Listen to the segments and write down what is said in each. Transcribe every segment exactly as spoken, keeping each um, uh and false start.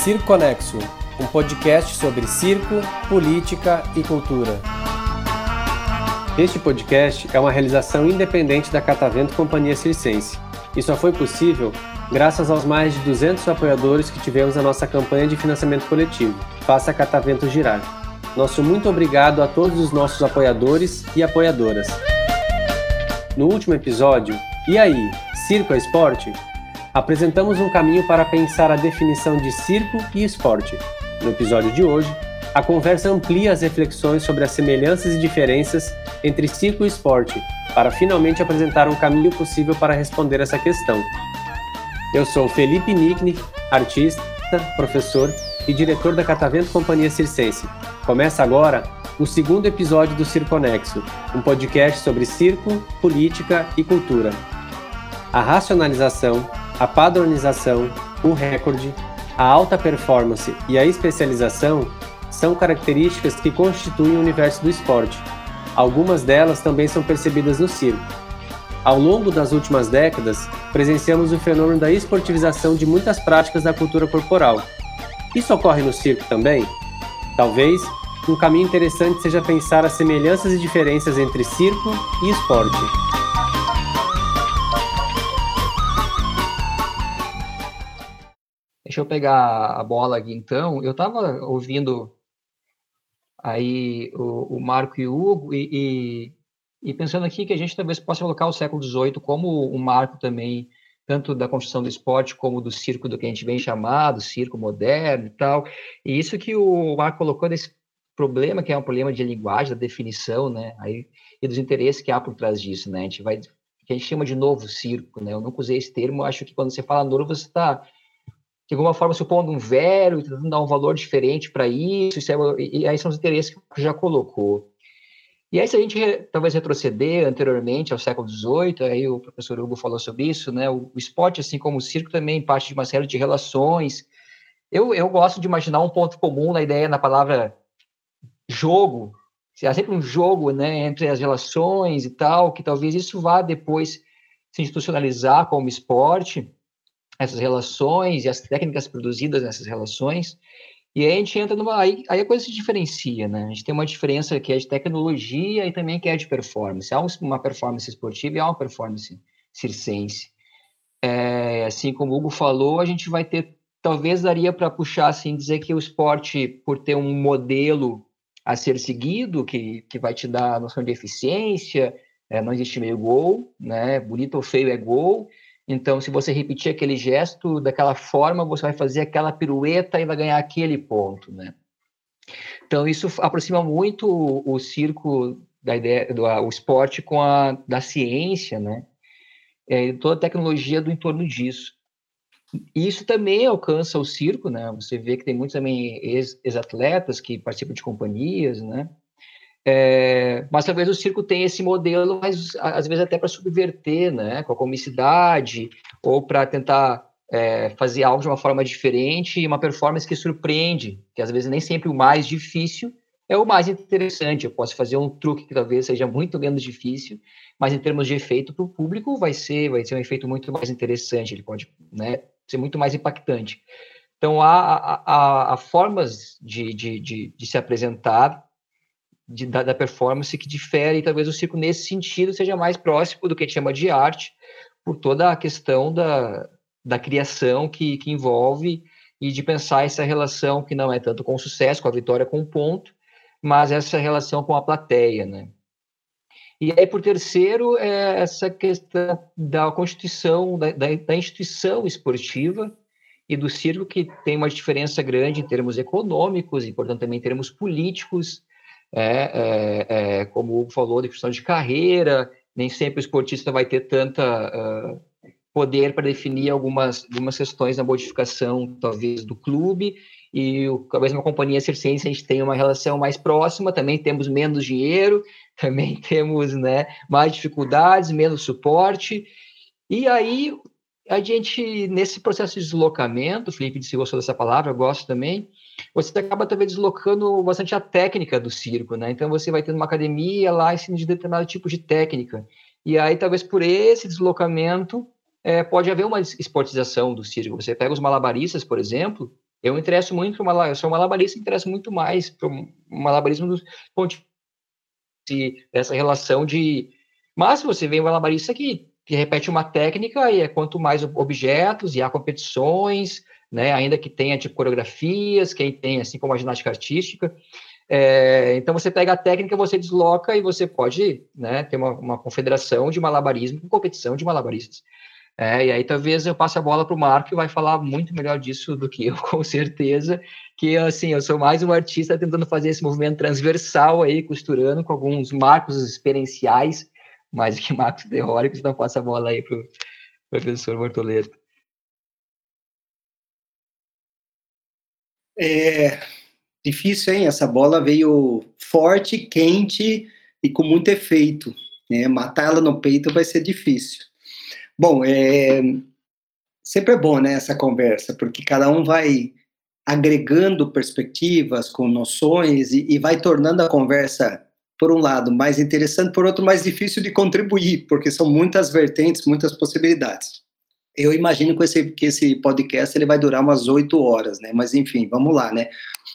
Circonexo, um podcast sobre circo, política e cultura. Este podcast é uma realização independente da Catavento Companhia Circense e só foi possível graças aos mais de duzentos apoiadores que tivemos na nossa campanha de financiamento coletivo, Faça a Catavento Girar. Nosso muito obrigado a todos os nossos apoiadores e apoiadoras. No último episódio, E aí, circo é esporte? Apresentamos um caminho para pensar a definição de circo e esporte. No episódio de hoje, a conversa amplia as reflexões sobre as semelhanças e diferenças entre circo e esporte, para finalmente apresentar um caminho possível para responder essa questão. Eu sou Felipe Nicknick, artista, professor e diretor da Catavento Companhia Circense. Começa agora o segundo episódio do Circonexo, um podcast sobre circo, política e cultura. A racionalização, a padronização, o recorde, a alta performance e a especialização são características que constituem o universo do esporte. Algumas delas também são percebidas no circo. Ao longo das últimas décadas, presenciamos o fenômeno da esportivização de muitas práticas da cultura corporal. Isso ocorre no circo também? Talvez um caminho interessante seja pensar as semelhanças e diferenças entre circo e esporte. Deixa eu pegar a bola aqui, então. Eu estava ouvindo aí o, o Marco e o Hugo e, e, e pensando aqui que a gente talvez possa colocar o século dezoito como um marco também, tanto da construção do esporte como do circo, do que a gente vem chamado, circo moderno e tal. E isso que o Marco colocou desse problema, que é um problema de linguagem, da definição, né? Aí, e dos interesses que há por trás disso, né? A gente vai, que a gente chama de novo circo, né? Eu nunca usei esse termo, acho que quando você fala novo, você está de alguma forma supondo um velho, tentando dar um valor diferente para isso, isso é, e aí são os interesses que já colocou. E aí, se a gente talvez retroceder anteriormente ao século dezoito, aí o professor Hugo falou sobre isso, né? O, o esporte, assim como o circo, também parte de uma série de relações. Eu, eu gosto de imaginar um ponto comum na ideia, na palavra jogo. Há sempre um jogo, né, entre as relações e tal, que talvez isso vá depois se institucionalizar como esporte, essas relações e as técnicas produzidas nessas relações, e aí a gente entra numa... Aí, aí a coisa se diferencia, né? A gente tem uma diferença que é de tecnologia e também que é de performance. Há uma performance esportiva e há uma performance circense. É, assim como o Hugo falou, a gente vai ter... Talvez daria para puxar, assim, dizer que o esporte, por ter um modelo a ser seguido, que, que vai te dar a noção de eficiência, é, não existe meio gol, né? Bonito ou feio é gol. Então, se você repetir aquele gesto daquela forma, você vai fazer aquela pirueta e vai ganhar aquele ponto, né? Então, isso aproxima muito o, o circo, da ideia, do o esporte com a da ciência, né? É, toda a tecnologia do entorno disso. E isso também alcança o circo, né? Você vê que tem muitos também ex, ex-atletas que participam de companhias, né? É, mas talvez o circo tenha esse modelo, mas às vezes até para subverter, né, com a comicidade, ou para tentar é, fazer algo de uma forma diferente e uma performance que surpreende, que às vezes nem sempre o mais difícil é o mais interessante. Eu posso fazer um truque que talvez seja muito menos difícil, mas em termos de efeito para o público vai ser, vai ser um efeito muito mais interessante, ele pode, né, ser muito mais impactante. Então, há, há, há formas de, de, de, de se apresentar De, da, da performance que difere, e talvez o circo nesse sentido seja mais próximo do que a gente chama de arte, por toda a questão da, da criação que, que envolve e de pensar essa relação que não é tanto com o sucesso, com a vitória, com o ponto, mas essa relação com a plateia, né? E aí, por terceiro, é essa questão da constituição, da, da, da instituição esportiva e do circo, que tem uma diferença grande em termos econômicos e, portanto, também em termos políticos. É, é, é, como o Hugo falou, de questão de carreira, nem sempre o esportista vai ter tanta uh, poder para definir algumas, algumas questões na modificação, talvez, do clube, e o, talvez uma companhia circense a gente tenha uma relação mais próxima, também temos menos dinheiro, também temos, né, mais dificuldades, menos suporte, e aí a gente, nesse processo de deslocamento, o Felipe disse que gostou dessa palavra, eu gosto também, você acaba também deslocando bastante a técnica do circo, né? Então você vai ter uma academia lá ensinando de determinado tipo de técnica. E aí, talvez por esse deslocamento, é, pode haver uma esportização do circo. Você pega os malabaristas, por exemplo, Eu me interesso muito, uma, eu sou um malabarista, me interesso muito mais para o malabarismo do ponto de dessa relação de... Mas se você vê um malabarista que, que repete uma técnica, e é quanto mais objetos, e há competições, né, ainda que tenha tipo coreografias, quem tem, assim como a ginástica artística. É, então você pega a técnica, você desloca e você pode, né, ter uma, uma confederação de malabarismo com competição de malabaristas. É, e aí talvez eu passe a bola para o Marco, que vai falar muito melhor disso do que eu, com certeza, que assim, eu sou mais um artista tentando fazer esse movimento transversal aí, costurando com alguns marcos experienciais, mais do que marcos teóricos. Então passa a bola aí para o professor Bortoleto. É difícil, hein? Essa bola veio forte, quente e com muito efeito, né? Matá-la no peito vai ser difícil. Bom, é... sempre é bom, né, essa conversa, porque cada um vai agregando perspectivas com noções e, e vai tornando a conversa, por um lado, mais interessante, por outro, mais difícil de contribuir, porque são muitas vertentes, muitas possibilidades. Eu imagino que esse, que esse podcast ele vai durar umas oito horas, né? Mas, enfim, vamos lá, né?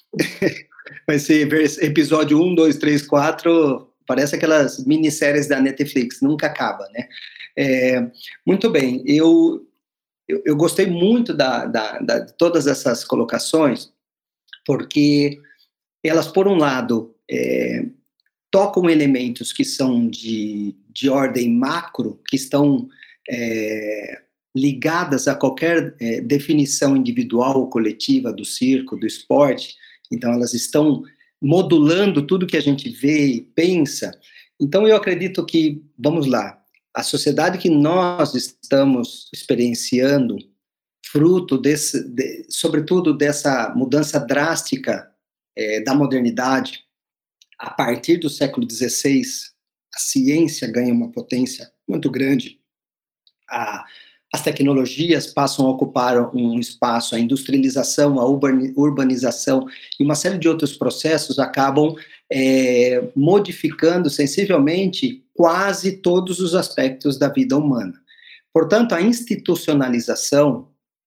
Vai ser episódio um, dois, três, quatro, parece aquelas minisséries da Netflix, nunca acaba, né? É, muito bem, eu, eu, eu gostei muito da, da, da, de todas essas colocações, porque elas, por um lado, é, tocam elementos que são de, de ordem macro, que estão é, ligadas a qualquer é, definição individual ou coletiva do circo, do esporte. Então, elas estão modulando tudo que a gente vê e pensa. Então, eu acredito que, vamos lá, a sociedade que nós estamos experienciando, fruto, desse, de, sobretudo, dessa mudança drástica é, da modernidade, a partir do século dezesseis, a ciência ganha uma potência muito grande, a, as tecnologias passam a ocupar um espaço, a industrialização, a urbanização e uma série de outros processos acabam é, modificando sensivelmente quase todos os aspectos da vida humana. Portanto, a institucionalização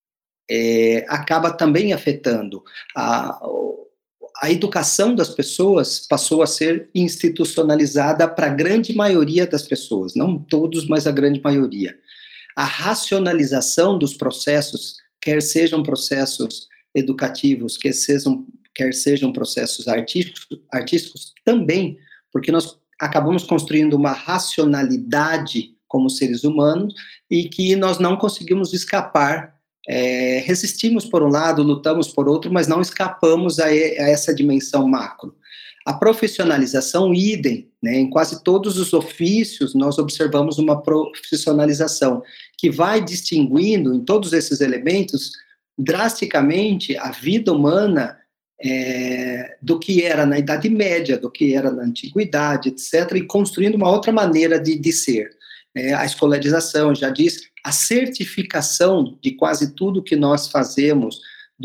é, acaba também afetando a, a educação das pessoas, passou a ser institucionalizada para a grande maioria das pessoas, não todos, mas a grande maioria. A racionalização dos processos, quer sejam processos educativos, quer sejam, quer sejam processos artísticos, artísticos, também, porque nós acabamos construindo uma racionalidade como seres humanos e que nós não conseguimos escapar, é, resistimos por um lado, lutamos por outro, mas não escapamos a, a essa dimensão macro. A profissionalização, idem, né? Em quase todos os ofícios nós observamos uma profissionalização que vai distinguindo em todos esses elementos drasticamente a vida humana é, do que era na Idade Média, do que era na Antiguidade, etcétera, e construindo uma outra maneira de, de ser. É, a escolarização, já diz, a certificação de quase tudo que nós fazemos,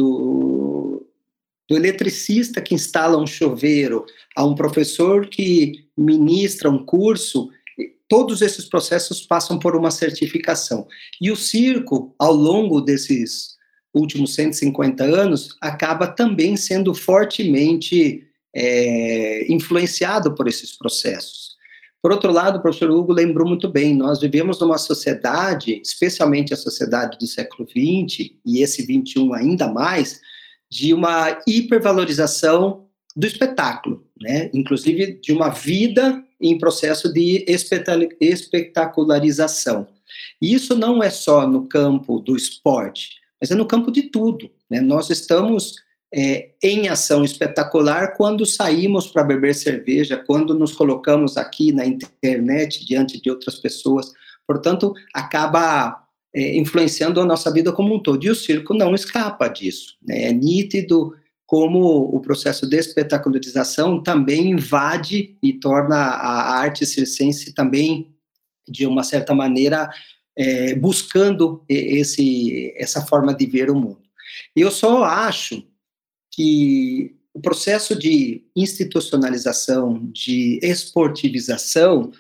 do... do eletricista que instala um chuveiro, a um professor que ministra um curso, todos esses processos passam por uma certificação. E o circo, ao longo desses últimos cento e cinquenta anos, acaba também sendo fortemente é, influenciado por esses processos. Por outro lado, o professor Hugo lembrou muito bem, nós vivemos numa sociedade, especialmente a sociedade do século vinte, e esse vinte e um ainda mais, de uma hipervalorização do espetáculo, né? Inclusive de uma vida em processo de espetacularização. E isso não é só no campo do esporte, mas é no campo de tudo, né? Nós estamos é, em ação espetacular quando saímos para beber cerveja, quando nos colocamos aqui na internet diante de outras pessoas, portanto, acaba É, influenciando a nossa vida como um todo, e o circo não escapa disso, né? É nítido como o processo de espetacularização também invade e torna a arte circense também, de uma certa maneira, é, buscando esse, essa forma de ver o mundo. Eu só acho que o processo de institucionalização, de esportivização,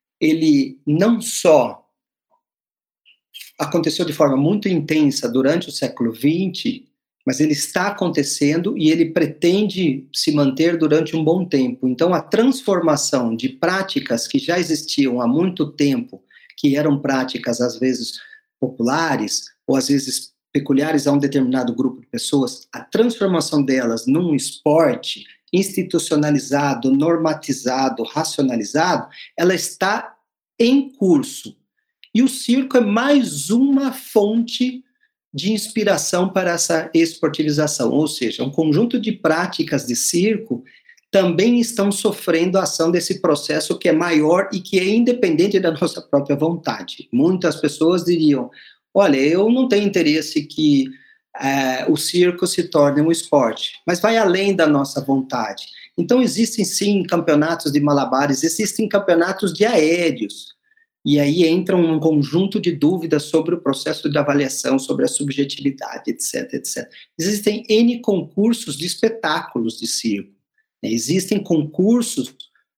ele não só aconteceu de forma muito intensa durante o século vinte, mas ele está acontecendo e ele pretende se manter durante um bom tempo. Então, a transformação de práticas que já existiam há muito tempo, que eram práticas, às vezes, populares, ou às vezes peculiares a um determinado grupo de pessoas, a transformação delas num esporte institucionalizado, normatizado, racionalizado, ela está em curso. E o circo é mais uma fonte de inspiração para essa esportivização, ou seja, um conjunto de práticas de circo também estão sofrendo a ação desse processo que é maior e que é independente da nossa própria vontade. Muitas pessoas diriam, olha, eu não tenho interesse que é, o circo se torne um esporte, mas vai além da nossa vontade. Então, existem sim campeonatos de malabares, existem campeonatos de aéreos, e aí entra um conjunto de dúvidas sobre o processo de avaliação, sobre a subjetividade, etc, etcétera. Existem N concursos de espetáculos de circo, né? Existem concursos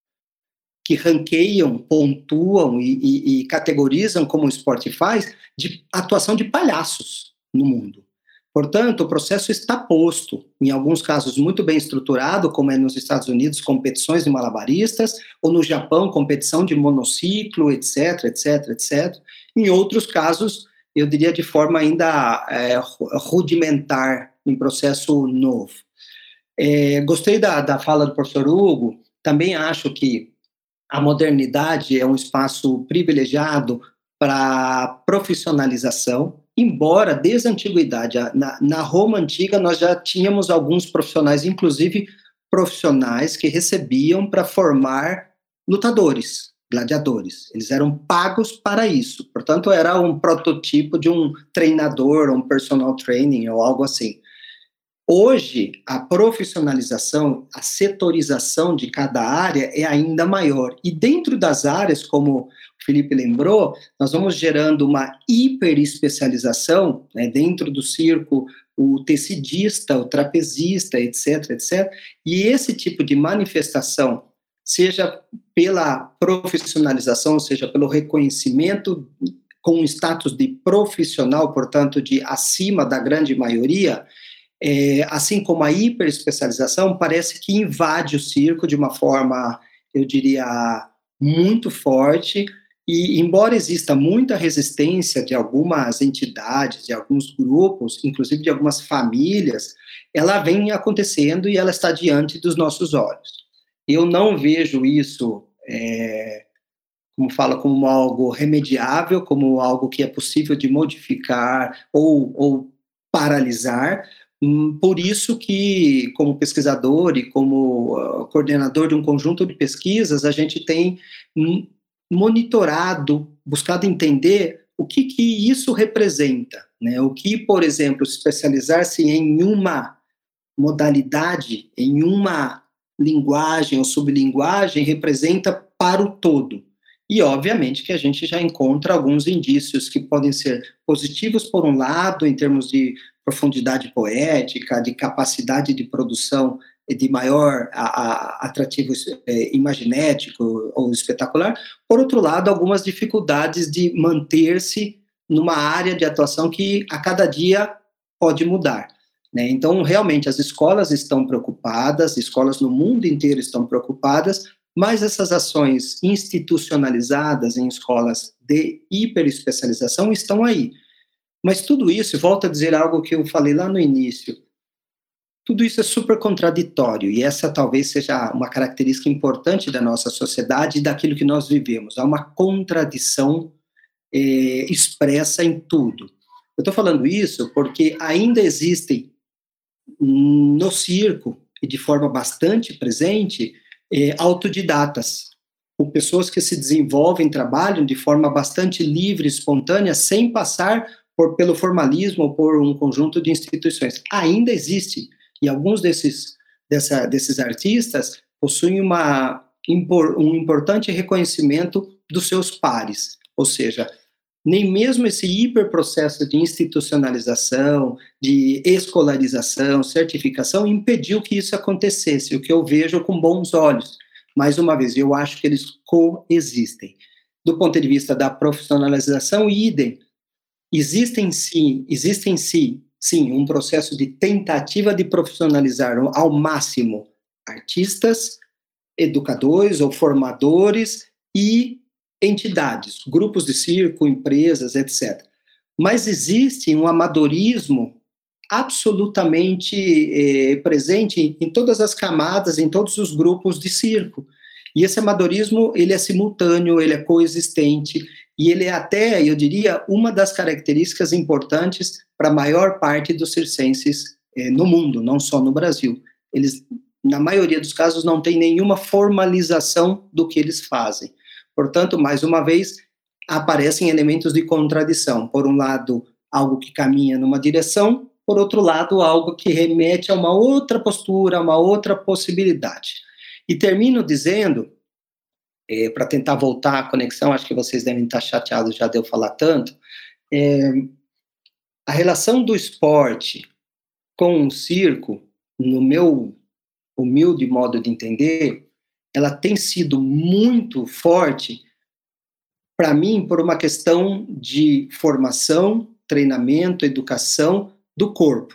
que ranqueiam, pontuam e, e, e categorizam, como o esporte faz, de atuação de palhaços no mundo. Portanto, o processo está posto, em alguns casos muito bem estruturado, como é nos Estados Unidos, competições de malabaristas, ou no Japão, competição de monociclo, etc, etc, etcétera. Em outros casos, eu diria de forma ainda é, rudimentar, em processo novo. É, gostei da, da fala do professor Hugo, também acho que a modernidade é um espaço privilegiado para profissionalização, embora desde a antiguidade, na, na Roma antiga, nós já tínhamos alguns profissionais, inclusive profissionais que recebiam para formar lutadores, gladiadores. Eles eram pagos para isso, portanto, era um prototipo de um treinador, um personal training ou algo assim. Hoje, a profissionalização, a setorização de cada área é ainda maior. E dentro das áreas, como o Felipe lembrou, nós vamos gerando uma hiperespecialização, né, dentro do circo, o tecidista, o trapezista, etc, etcétera. E esse tipo de manifestação, seja pela profissionalização, seja pelo reconhecimento com o status de profissional, portanto, de acima da grande maioria, É, assim como a hiperespecialização, parece que invade o circo de uma forma, eu diria, muito forte, e embora exista muita resistência de algumas entidades, de alguns grupos, inclusive de algumas famílias, ela vem acontecendo e ela está diante dos nossos olhos. Eu não vejo isso, é, como fala, como algo remediável, como algo que é possível de modificar ou, ou paralisar. Por isso que, como pesquisador e como uh, coordenador de um conjunto de pesquisas, a gente tem monitorado, buscado entender o que, que isso representa, né? O que, por exemplo, especializar-se em uma modalidade, em uma linguagem ou sublinguagem representa para o todo. E, obviamente, que a gente já encontra alguns indícios que podem ser positivos, por um lado, em termos de profundidade poética, de capacidade de produção de maior a, a, atrativo é, imaginético ou espetacular. Por outro lado, algumas dificuldades de manter-se numa área de atuação que a cada dia pode mudar, né? Então, realmente, as escolas estão preocupadas, escolas no mundo inteiro estão preocupadas, mas essas ações institucionalizadas em escolas de hiperespecialização estão aí. Mas tudo isso, volto a dizer algo que eu falei lá no início, tudo isso é super contraditório, e essa talvez seja uma característica importante da nossa sociedade e daquilo que nós vivemos. Há uma contradição é, expressa em tudo. Eu estou falando isso porque ainda existem no circo, e de forma bastante presente, é, autodidatas, com pessoas que se desenvolvem, trabalham de forma bastante livre, espontânea, sem passar por, pelo formalismo ou por um conjunto de instituições. Ainda existe, e alguns desses, dessa, desses artistas possuem uma, um importante reconhecimento dos seus pares, ou seja, nem mesmo esse hiperprocesso de institucionalização, de escolarização, certificação, impediu que isso acontecesse, o que eu vejo com bons olhos. Mais uma vez, eu acho que eles coexistem. Do ponto de vista da profissionalização, idem. Existem sim, existem sim sim, um processo de tentativa de profissionalizar ao máximo artistas, educadores ou formadores e entidades, grupos de circo, empresas, etcétera. Mas existe um amadorismo absolutamente eh, presente em todas as camadas, em todos os grupos de circo. E esse amadorismo, ele é simultâneo, ele é coexistente, e ele é até, eu diria, uma das características importantes para a maior parte dos circenses eh, no mundo, não só no Brasil. Eles, na maioria dos casos, não têm nenhuma formalização do que eles fazem. Portanto, mais uma vez, aparecem elementos de contradição. Por um lado, algo que caminha numa direção, por outro lado, algo que remete a uma outra postura, a uma outra possibilidade. E termino dizendo, é, para tentar voltar à conexão, acho que vocês devem estar chateados já de eu falar tanto, é, a relação do esporte com o circo, no meu humilde modo de entender, ela tem sido muito forte, para mim, por uma questão de formação, treinamento, educação do corpo.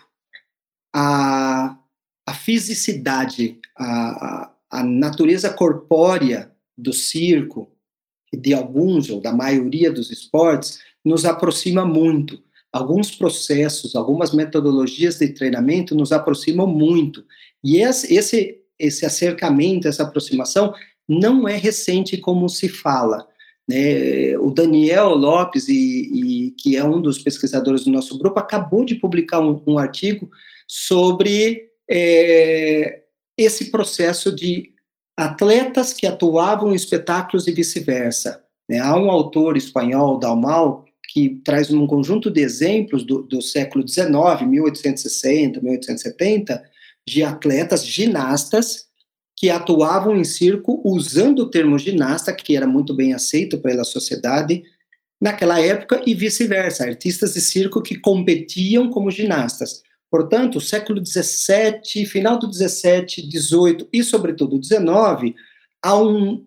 A, a fisicidade, a, a natureza corpórea do circo, e de alguns, ou da maioria dos esportes, nos aproxima muito. Alguns processos, algumas metodologias de treinamento nos aproximam muito. E esse, esse, esse acercamento, essa aproximação, não é recente como se fala. Né? O Daniel Lopes, e, e, que é um dos pesquisadores do nosso grupo, acabou de publicar um, um artigo sobre é, esse processo de atletas que atuavam em espetáculos e vice-versa. Né? Há um autor espanhol, Dalmau, que traz um conjunto de exemplos do, do século dezenove, mil oitocentos e sessenta, mil oitocentos e setenta, de atletas ginastas que atuavam em circo usando o termo ginasta, que era muito bem aceito pela sociedade naquela época, e vice-versa, artistas de circo que competiam como ginastas. Portanto, o século dezessete, final do dezessete, dezoito e, sobretudo, dezenove, há um,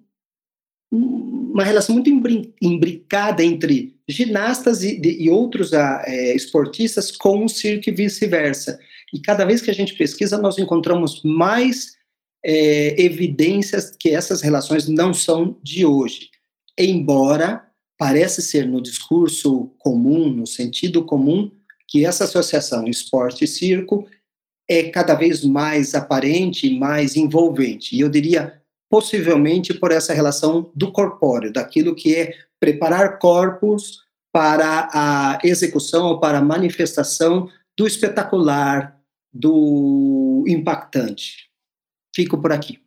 uma relação muito imbricada entre ginastas e, e outros é, esportistas com o circo e vice-versa. E cada vez que a gente pesquisa, nós encontramos mais É, evidências que essas relações não são de hoje, embora parece ser no discurso comum, no sentido comum, que essa associação esporte e circo é cada vez mais aparente e mais envolvente, e eu diria possivelmente por essa relação do corpóreo, daquilo que é preparar corpos para a execução ou para a manifestação do espetacular, do impactante. Fico por aqui.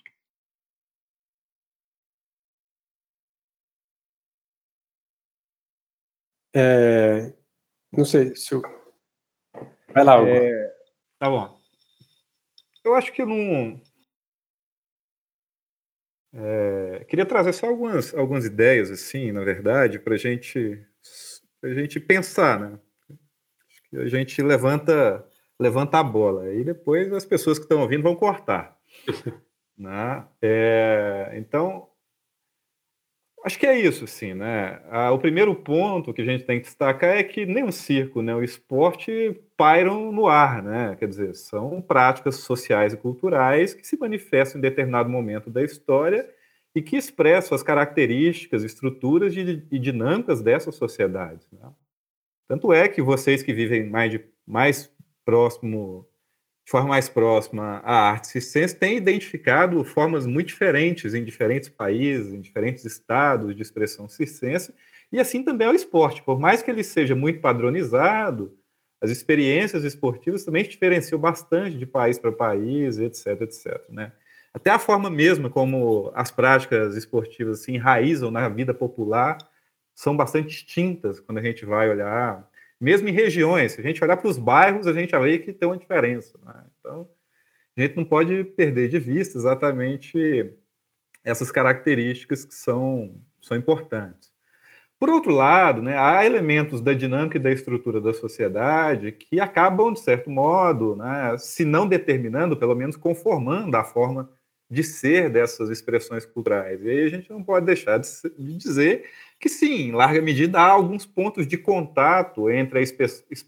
É, não sei se eu... Vai lá, Hugo. É, tá bom. Eu acho que não... É, queria trazer só algumas, algumas ideias, assim, na verdade, para gente, a gente pensar, né? Acho que a gente levanta, levanta a bola, e depois as pessoas que estão ouvindo vão cortar. Né? É, então, acho que é isso, assim, né? Ah, o primeiro ponto que a gente tem que destacar é que nem o circo, nem o esporte pairam no ar, né? Quer dizer, são práticas sociais e culturais que se manifestam em determinado momento da história e que expressam as características, estruturas e, e dinâmicas dessas sociedades. Né? Tanto é que vocês que vivem mais, de, mais próximo... de forma mais próxima à arte circense, tem identificado formas muito diferentes em diferentes países, em diferentes estados de expressão circense, e assim também é o esporte. Por mais que ele seja muito padronizado, as experiências esportivas também se diferenciam bastante de país para país, etc, etc, né? Até a forma mesma como as práticas esportivas se enraizam na vida popular são bastante distintas quando a gente vai olhar... Mesmo em regiões, se a gente olhar para os bairros, a gente já vê que tem uma diferença. Né? Então, a gente não pode perder de vista exatamente essas características que são, são importantes. Por outro lado, né, há elementos da dinâmica e da estrutura da sociedade que acabam, de certo modo, né, se não determinando, pelo menos conformando a forma de ser dessas expressões culturais. E aí a gente não pode deixar de, de dizer que, sim, em larga medida, há alguns pontos de contato entre a,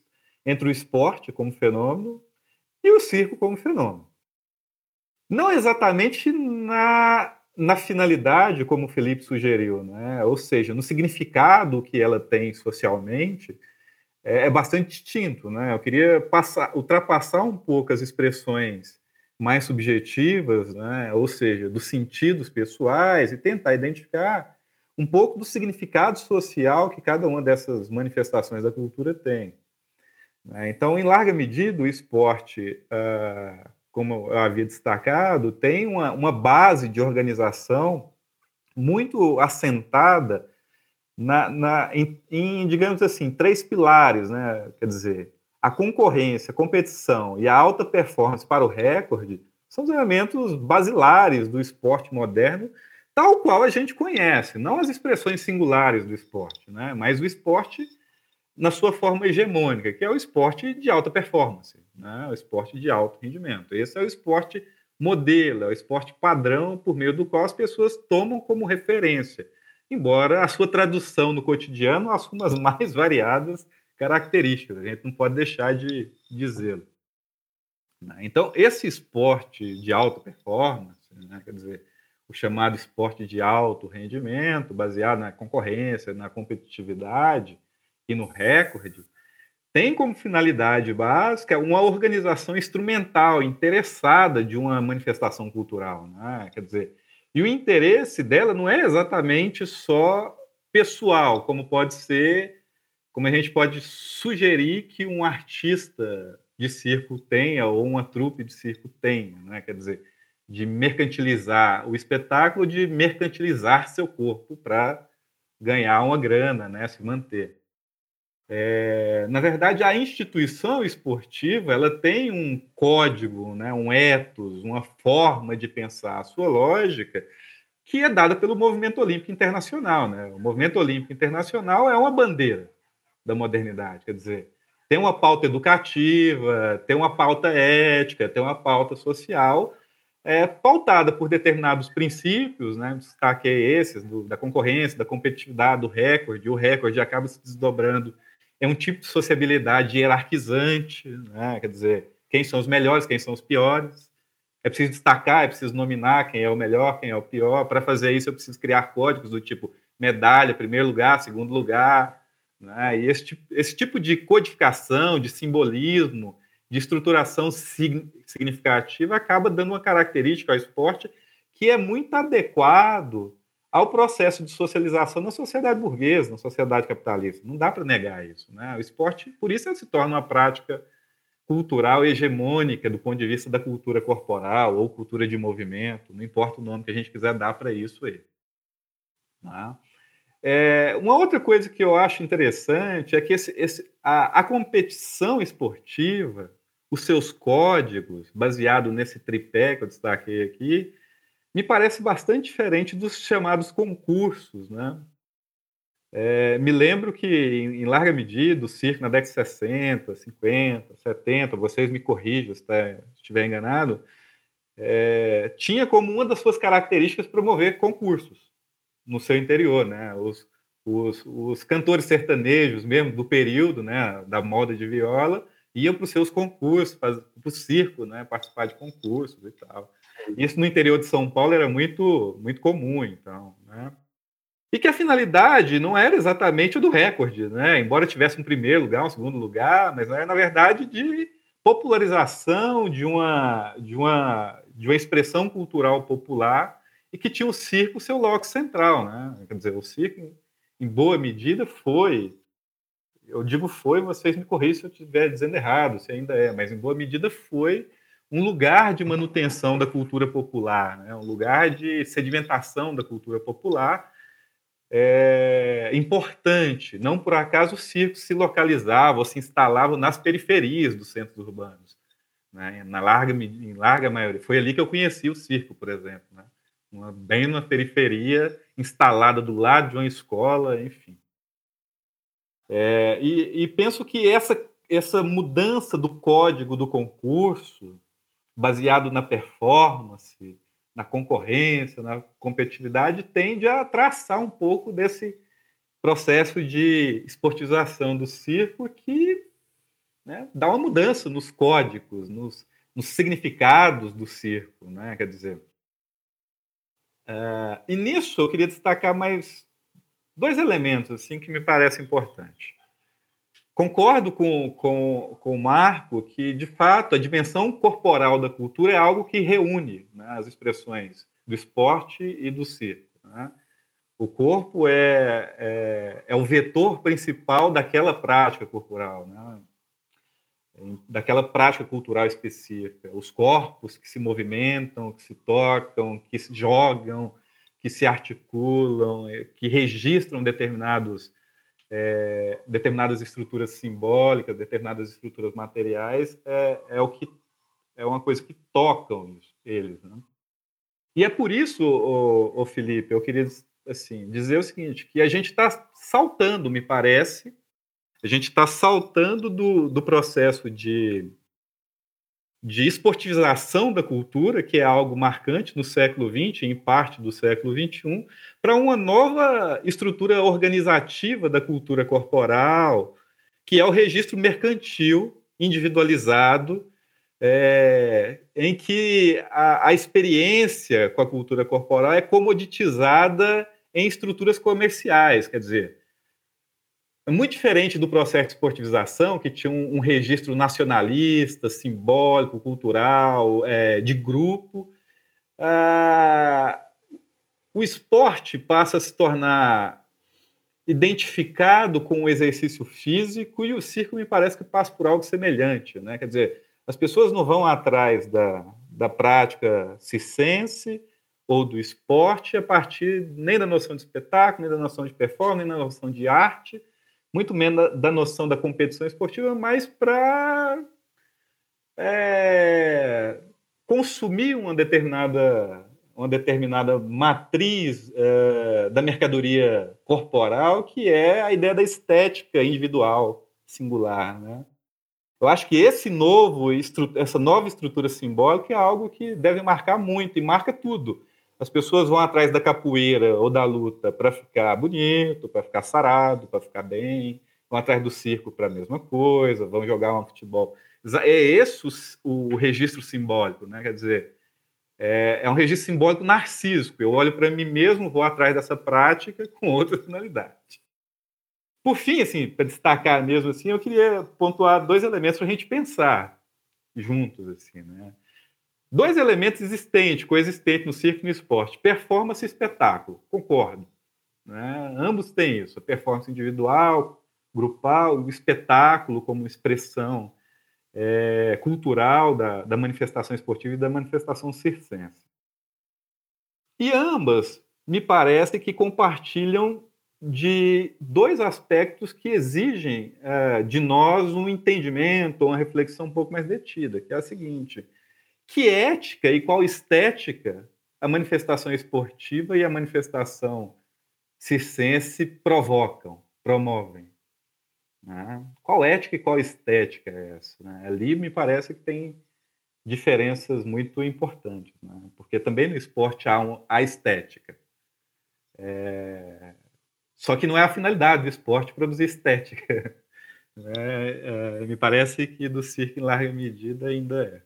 entre o esporte como fenômeno e o circo como fenômeno. Não exatamente na, na finalidade, como o Felipe sugeriu, né? Ou seja, no significado que ela tem socialmente, é, é bastante distinto, né? Eu queria passar, ultrapassar um pouco as expressões mais subjetivas, né? Ou seja, dos sentidos pessoais, e tentar identificar um pouco do significado social que cada uma dessas manifestações da cultura tem. Então, em larga medida, o esporte, como eu havia destacado, tem uma, uma base de organização muito assentada na, na, em, em, digamos assim, três pilares, né? Quer dizer, a concorrência, a competição e a alta performance para o recorde são os elementos basilares do esporte moderno, tal qual a gente conhece, não as expressões singulares do esporte, né? Mas o esporte na sua forma hegemônica, que é o esporte de alta performance, né? O esporte de alto rendimento. Esse é o esporte modelo, é o esporte padrão por meio do qual as pessoas tomam como referência, embora a sua tradução no cotidiano assuma as mais variadas características, a gente não pode deixar de dizê-lo. Então, esse esporte de alta performance, né, quer dizer, o chamado esporte de alto rendimento, baseado na concorrência, na competitividade e no recorde, tem como finalidade básica uma organização instrumental, interessada de uma manifestação cultural, né? Quer dizer, e o interesse dela não é exatamente só pessoal, como pode ser, como a gente pode sugerir que um artista de circo tenha, ou uma trupe de circo tenha, né? Quer dizer, de mercantilizar o espetáculo, de mercantilizar seu corpo para ganhar uma grana, né? Se manter. É, na verdade, a instituição esportiva ela tem um código, né, um ethos, uma forma de pensar a sua lógica que é dada pelo Movimento Olímpico Internacional, né? O Movimento Olímpico Internacional é uma bandeira da modernidade, quer dizer, tem uma pauta educativa, tem uma pauta ética, tem uma pauta social, é, pautada por determinados princípios, né? Destaquei esses, do, da concorrência, da competitividade, do recorde, o recorde acaba se desdobrando. É um tipo de sociabilidade hierarquizante, né? Quer dizer, quem são os melhores, quem são os piores. É preciso destacar, é preciso nominar quem é o melhor, quem é o pior. Para fazer isso, eu preciso criar códigos do tipo medalha, primeiro lugar, segundo lugar. Né? E esse, esse tipo de codificação, de simbolismo, de estruturação significativa acaba dando uma característica ao esporte que é muito adequado ao processo de socialização na sociedade burguesa, na sociedade capitalista. Não dá para negar isso, né? O esporte, por isso, ele se torna uma prática cultural hegemônica do ponto de vista da cultura corporal ou cultura de movimento, não importa o nome que a gente quiser dar para isso aí. Tá? É, uma outra coisa que eu acho interessante é que esse, esse, a, a competição esportiva, os seus códigos, baseado nesse tripé que eu destaquei aqui, me parece bastante diferente dos chamados concursos, né? É, me lembro que, em, em larga medida, o circo na década de sessenta, cinquenta, setenta, vocês me corrijam se tá, estiver enganado, é, tinha como uma das suas características promover concursos no seu interior, né? Os, os, os cantores sertanejos mesmo do período, né, da moda de viola, iam para os seus concursos, para o circo, né, participar de concursos e tal. Isso no interior de São Paulo era muito, muito comum, então, né? E que a finalidade não era exatamente o do recorde, né? Embora tivesse um primeiro lugar, um segundo lugar, mas era, na verdade, de popularização de uma, de uma, de uma expressão cultural popular e que tinha o circo seu locus central, né? Quer dizer, o circo, em boa medida, foi... Eu digo foi, vocês me corrigem se eu estiver dizendo errado, se ainda é, mas em boa medida foi um lugar de manutenção da cultura popular, né? Um lugar de sedimentação da cultura popular é, importante. Não por acaso o circo se localizava ou se instalava nas periferias dos centros urbanos, né? Na larga, em larga maioria. Foi ali que eu conheci o circo, por exemplo, né? Uma, bem numa periferia, instalada do lado de uma escola, enfim. É, e, e penso que essa, essa mudança do código do concurso, baseado na performance, na concorrência, na competitividade, tende a traçar um pouco desse processo de esportização do circo que né, dá uma mudança nos códigos, nos, nos significados do circo, né? Quer dizer, uh, e nisso eu queria destacar mais dois elementos assim, que me parecem importantes. Concordo com, com, com o Marco que, de fato, a dimensão corporal da cultura é algo que reúne, né, as expressões do esporte e do circo. Né? O corpo é, é, é o vetor principal daquela prática corporal, né? Daquela prática cultural específica. Os corpos que se movimentam, que se tocam, que se jogam, que se articulam, que registram determinados, é, determinadas estruturas simbólicas, determinadas estruturas materiais, é, é, o que, é uma coisa que tocam eles. Né? E é por isso, ô, ô Felipe, eu queria assim, dizer o seguinte, que a gente está saltando, me parece, a gente está saltando do, do processo de, de esportivização da cultura, que é algo marcante no século vinte, em parte do século vinte e um, para uma nova estrutura organizativa da cultura corporal, que é o registro mercantil, individualizado, é, em que a, a experiência com a cultura corporal é comoditizada em estruturas comerciais, quer dizer, é muito diferente do processo de esportivização, que tinha um, um registro nacionalista, simbólico, cultural, é, de grupo. Ah, o esporte passa a se tornar identificado com o exercício físico e o circo me parece que passa por algo semelhante. Né? Quer dizer, as pessoas não vão atrás da, da prática circense ou do esporte a partir nem da noção de espetáculo, nem da noção de performance, nem da noção de arte, muito menos da noção da competição esportiva, mas para é, consumir uma determinada, uma determinada matriz é, da mercadoria corporal, que é a ideia da estética individual, singular. Né? Eu acho que esse novo, essa nova estrutura simbólica é algo que deve marcar muito, e marca tudo. As pessoas vão atrás da capoeira ou da luta para ficar bonito, para ficar sarado, para ficar bem. Vão atrás do circo para a mesma coisa, vão jogar um futebol. É esse o, o registro simbólico, né? Quer dizer, é, é um registro simbólico narcísico. Eu olho para mim mesmo, vou atrás dessa prática com outra finalidade. Por fim, assim, para destacar mesmo, assim, eu queria pontuar dois elementos para a gente pensar juntos, assim, né? Dois elementos existentes, coexistentes no circo e no esporte. Performance e espetáculo, concordo. Né? Ambos têm isso, a performance individual, grupal, o espetáculo como expressão é, cultural da, da manifestação esportiva e da manifestação circense. E ambas, me parece que compartilham de dois aspectos que exigem é, de nós um entendimento, uma reflexão um pouco mais detida, que é a seguinte: que ética e qual estética a manifestação esportiva e a manifestação circense provocam, promovem? Né? Qual ética e qual estética é essa? Né? Ali me parece que tem diferenças muito importantes, né? Porque também no esporte há um, a estética. É... Só que não é a finalidade do esporte produzir estética. É, é, me parece que do circo, em larga medida, ainda é.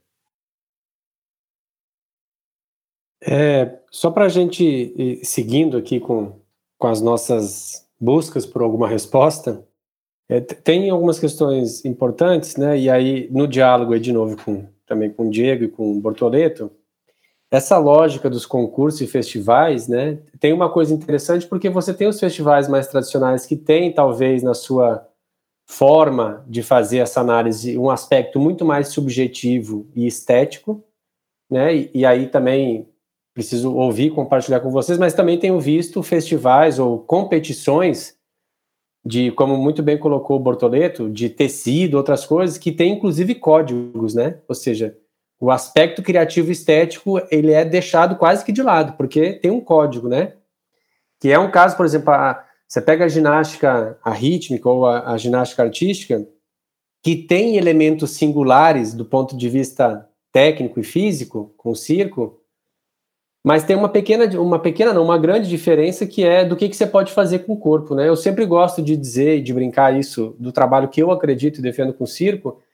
É, só para a gente ir seguindo aqui com, com as nossas buscas por alguma resposta, é, tem algumas questões importantes, né? E aí, no diálogo, aí, de novo, com, também com o Diego e com o Bortoleto, essa lógica dos concursos e festivais, né? Tem uma coisa interessante, porque você tem os festivais mais tradicionais que têm, talvez, na sua forma de fazer essa análise, um aspecto muito mais subjetivo e estético, né? E, e aí também preciso ouvir, compartilhar com vocês, mas também tenho visto festivais ou competições de, como muito bem colocou o Bortoleto, de tecido, outras coisas, que tem inclusive códigos, né? Ou seja, o aspecto criativo e estético, ele é deixado quase que de lado, porque tem um código, né? Que é um caso, por exemplo, a, você pega a ginástica a rítmica ou a, a ginástica artística, que tem elementos singulares do ponto de vista técnico e físico, com o circo, mas tem uma pequena, uma pequena não, uma grande diferença, que é do que, que você pode fazer com o corpo, né? Eu sempre gosto de dizer e de brincar isso do trabalho que eu acredito e defendo com o circo,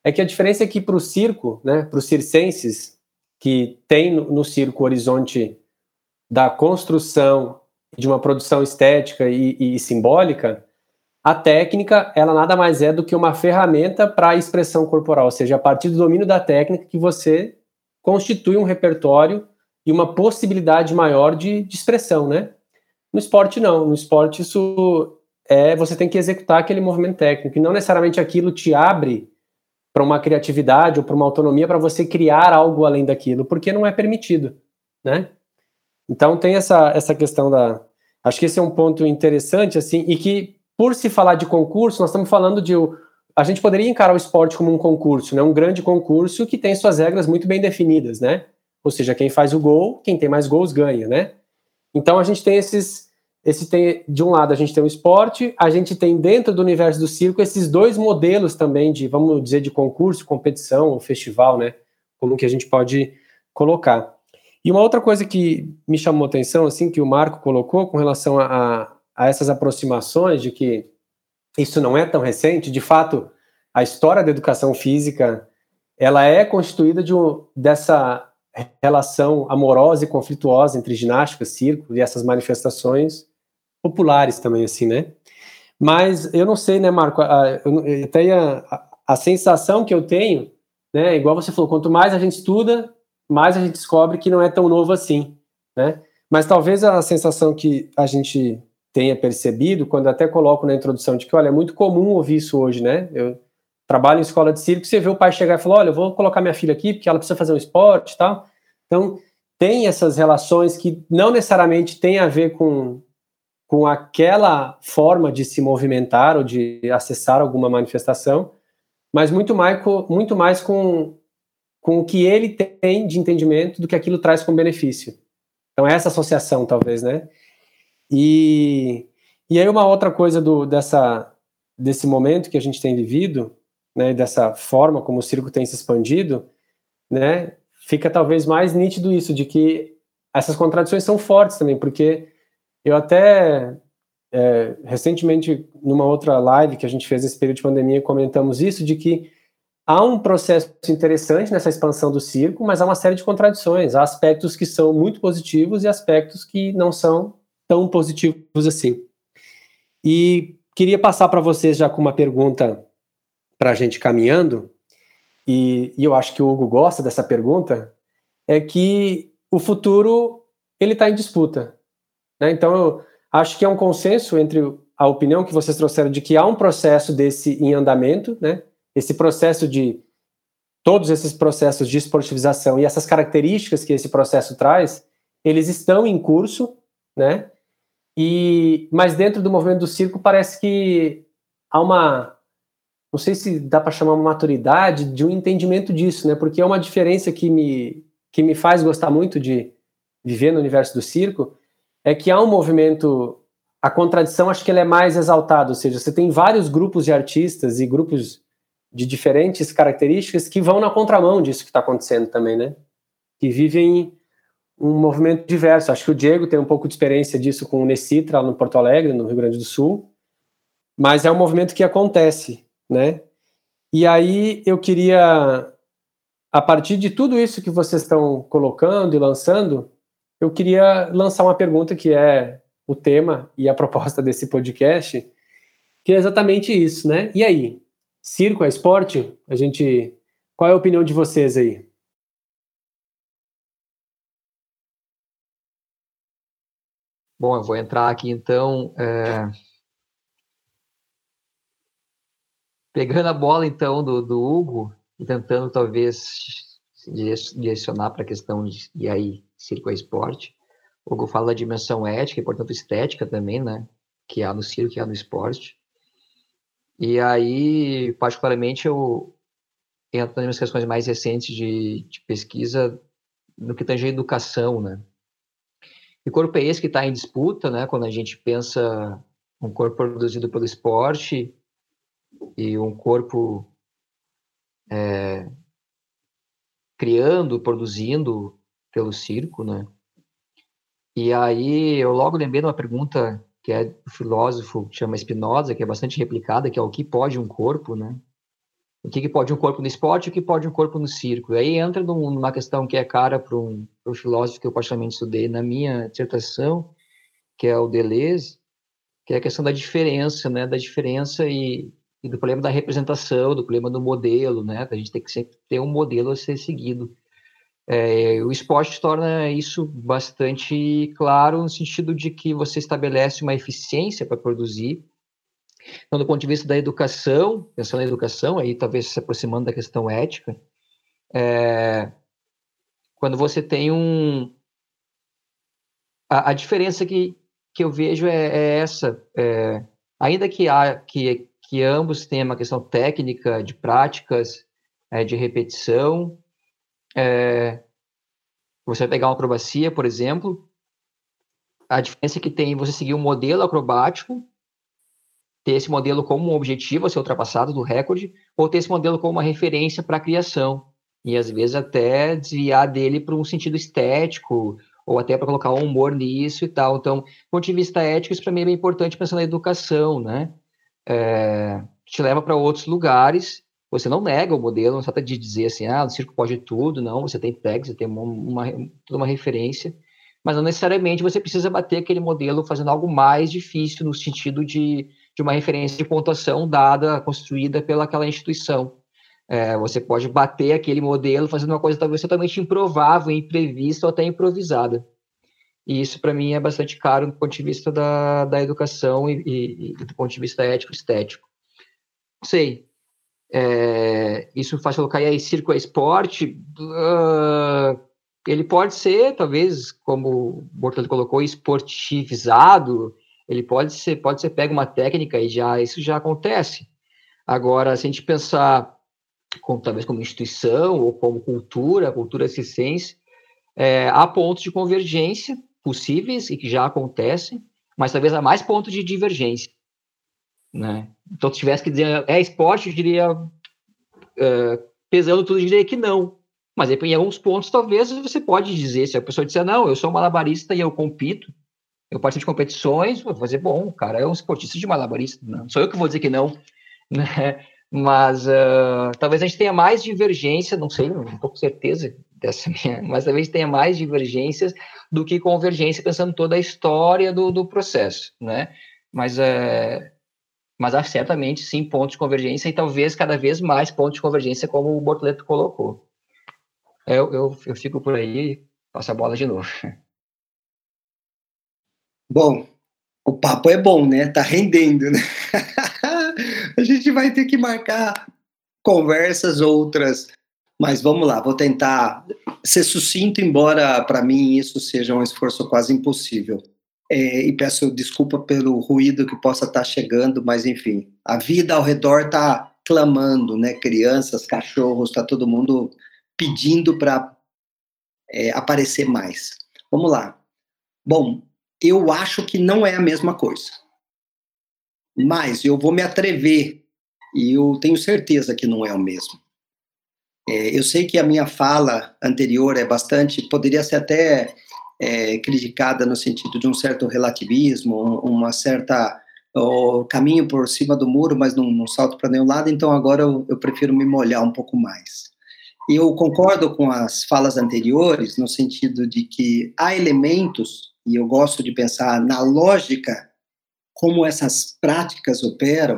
é que a diferença é que para o circo, né, para os circenses, que tem no, no circo o horizonte da construção, de uma produção estética e, e simbólica, a técnica, ela nada mais é do que uma ferramenta para a expressão corporal, ou seja, a partir do domínio da técnica que você constitui um repertório e uma possibilidade maior de, de expressão, né? No esporte, não. No esporte, isso é, você tem que executar aquele movimento técnico, e não necessariamente aquilo te abre para uma criatividade ou para uma autonomia para você criar algo além daquilo, porque não é permitido, né? Então tem essa, essa questão da... Acho que esse é um ponto interessante, assim, e que, por se falar de concurso, nós estamos falando de... A gente poderia encarar o esporte como um concurso, né? Um grande concurso que tem suas regras muito bem definidas, né? Ou seja, quem faz o gol, quem tem mais gols ganha, né? Então a gente tem esses... Esse tem, de um lado a gente tem o esporte, a gente tem dentro do universo do circo esses dois modelos também de, vamos dizer, de concurso, competição, ou festival, né? Como que a gente pode colocar. E uma outra coisa que me chamou a atenção, assim, que o Marco colocou com relação a, a essas aproximações de que isso não é tão recente, de fato, a história da educação física, ela é constituída de um, dessa relação amorosa e conflituosa entre ginástica, circo e essas manifestações populares também, assim, né? Mas eu não sei, né, Marco, a, eu tenho a, a sensação que eu tenho, né, igual você falou, quanto mais a gente estuda, mais a gente descobre que não é tão novo assim, né? Mas talvez a sensação que a gente tenha percebido, quando até coloco na introdução de que, olha, é muito comum ouvir isso hoje, né? Eu trabalho em escola de circo, você vê o pai chegar e falar, olha, eu vou colocar minha filha aqui porque ela precisa fazer um esporte e tal. Então, tem essas relações que não necessariamente têm a ver com, com aquela forma de se movimentar ou de acessar alguma manifestação, mas muito mais com, muito mais com, com o que ele tem de entendimento do que aquilo traz como benefício. Então, essa associação, talvez, né? E, e aí uma outra coisa do, dessa, desse momento que a gente tem vivido, né, dessa forma como o circo tem se expandido, né, fica talvez mais nítido isso, de que essas contradições são fortes também, porque eu até, é, recentemente, numa outra live que a gente fez nesse período de pandemia, comentamos isso, de que há um processo interessante nessa expansão do circo, mas há uma série de contradições, há aspectos que são muito positivos e aspectos que não são tão positivos assim. E queria passar para vocês já com uma pergunta para a gente caminhando, e, e eu acho que o Hugo gosta dessa pergunta, é que o futuro ele está em disputa, né? Então eu acho que é um consenso entre a opinião que vocês trouxeram de que há um processo desse em andamento, né? Esse processo de todos esses processos de esportivização e essas características que esse processo traz, eles estão em curso, né? E, mas dentro do movimento do circo parece que há uma, não sei se dá para chamar uma maturidade de um entendimento disso, né? Porque é uma diferença que me, que me faz gostar muito de viver no universo do circo, é que há um movimento, a contradição acho que ela é mais exaltada, ou seja, você tem vários grupos de artistas e grupos de diferentes características que vão na contramão disso que está acontecendo também, né? Que vivem um movimento diverso. Acho que o Diego tem um pouco de experiência disso com o Necitra, lá no Porto Alegre, no Rio Grande do Sul, mas é um movimento que acontece, né? E aí eu queria, a partir de tudo isso que vocês estão colocando e lançando, eu queria lançar uma pergunta que é o tema e a proposta desse podcast, que é exatamente isso, né? E aí, circo é esporte? A gente, qual é a opinião de vocês aí? Bom, eu vou entrar aqui então, é... pegando a bola então do, do Hugo e tentando talvez direcionar para a questão de, e aí, circo é esporte. O Hugo fala da dimensão ética e, portanto, estética também, né? Que há no circo e há no esporte. E aí, particularmente, eu entro nas questões mais recentes de, de pesquisa no que tange a educação, né? E corpo é esse que está em disputa, né? Quando a gente pensa um corpo produzido pelo esporte e um corpo é, criando, produzindo pelo circo, né? E aí eu logo lembrei de uma pergunta que é do filósofo que chama Spinoza, que é bastante replicada, que é o que pode um corpo, né? O que, que pode um corpo no esporte e o que pode um corpo no circo. E aí entra numa questão que é cara para um, um filósofo que eu particularmente estudei na minha dissertação, que é o Deleuze, que é a questão da diferença, né? Da diferença e, e do problema da representação, do problema do modelo, né? A gente tem que sempre ter um modelo a ser seguido. É, o esporte torna isso bastante claro no sentido de que você estabelece uma eficiência para produzir. Então, do ponto de vista da educação, pensando na educação, aí talvez se aproximando da questão ética, é, quando você tem um... A, a diferença que, que eu vejo é, é essa. É, ainda que, há, que, que ambos tenham uma questão técnica, de práticas, é, de repetição, é, você vai pegar uma acrobacia, por exemplo, a diferença que tem você seguir um modelo acrobático, ter esse modelo como um objetivo a ser ultrapassado do recorde, ou ter esse modelo como uma referência para a criação, e às vezes até desviar dele para um sentido estético, ou até para colocar um humor nisso e tal. Então, do ponto de vista ético, isso para mim é bem importante pensando na educação, né? É, te leva para outros lugares, você não nega o modelo, não se trata de dizer assim, ah, o circo pode tudo, não, você tem tags, você tem uma, uma, toda uma referência, mas não necessariamente você precisa bater aquele modelo fazendo algo mais difícil no sentido de de uma referência de pontuação dada, construída pelaquela instituição. É, você pode bater aquele modelo fazendo uma coisa talvez totalmente improvável, imprevista ou até improvisada. E isso, para mim, é bastante caro do ponto de vista da, da educação e, e, e do ponto de vista ético-estético. Não sei. É, isso faz colocar aí circo é esporte. Uh, ele pode ser, talvez, como o Bortolli colocou, esportivizado. Ele pode ser, pode ser pega uma técnica e já isso já acontece. Agora, se a gente pensar como, talvez como instituição ou como cultura, cultura circense, é, há pontos de convergência possíveis e que já acontecem, mas talvez há mais pontos de divergência, né? Então, se tivesse que dizer é esporte, eu diria, é, pesando tudo, eu diria que não. Mas em alguns pontos, talvez você pode dizer, se a pessoa disser, não, eu sou malabarista e eu compito, eu participo de competições, vou fazer, bom, o cara é um esportista de malabarista, não sou eu que vou dizer que não, né? Mas uh, talvez a gente tenha mais divergência, não sei, não estou com certeza dessa minha, mas talvez tenha mais divergências do que convergência, pensando toda a história do, do processo, né? Mas, uh, mas há certamente, sim, pontos de convergência e talvez cada vez mais pontos de convergência, como o Bortoleto colocou. Eu, eu, eu fico por aí, passo a bola de novo. Bom, o papo é bom, né? Tá rendendo, né? A gente vai ter que marcar conversas outras, mas vamos lá, vou tentar ser sucinto, embora para mim isso seja um esforço quase impossível. É, e peço desculpa pelo ruído que possa estar chegando, mas enfim, a vida ao redor está clamando, né? Crianças, cachorros, está todo mundo pedindo para é, aparecer mais. Vamos lá. Bom, eu acho que não é a mesma coisa. Mas eu vou me atrever, e eu tenho certeza que não é o mesmo. É, eu sei que a minha fala anterior é bastante, poderia ser até é, criticada no sentido de um certo relativismo, uma certa oh, caminho por cima do muro, mas não, não salto para nenhum lado, então agora eu, eu prefiro me molhar um pouco mais. Eu concordo com as falas anteriores, no sentido de que há elementos, e eu gosto de pensar na lógica, como essas práticas operam,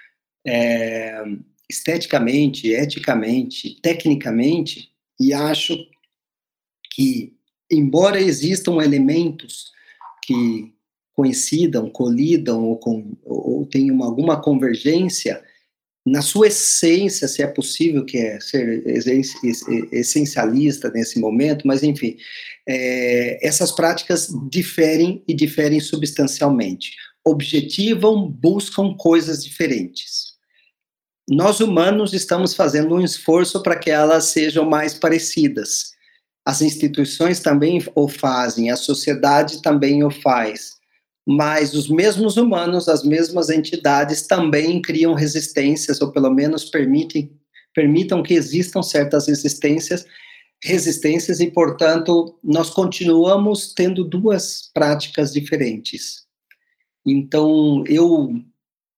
é, esteticamente, eticamente, tecnicamente, e acho que, embora existam elementos que coincidam, colidam ou, com, ou tenham alguma convergência, na sua essência, se é possível, que é ser essencialista nesse momento, mas enfim, é, essas práticas diferem e diferem substancialmente. Objetivam, buscam coisas diferentes. Nós humanos estamos fazendo um esforço para que elas sejam mais parecidas. As instituições também o fazem, a sociedade também o faz. Mas os mesmos humanos, as mesmas entidades também criam resistências, ou pelo menos permitem, permitam que existam certas resistências, resistências e, portanto, nós continuamos tendo duas práticas diferentes. Então, eu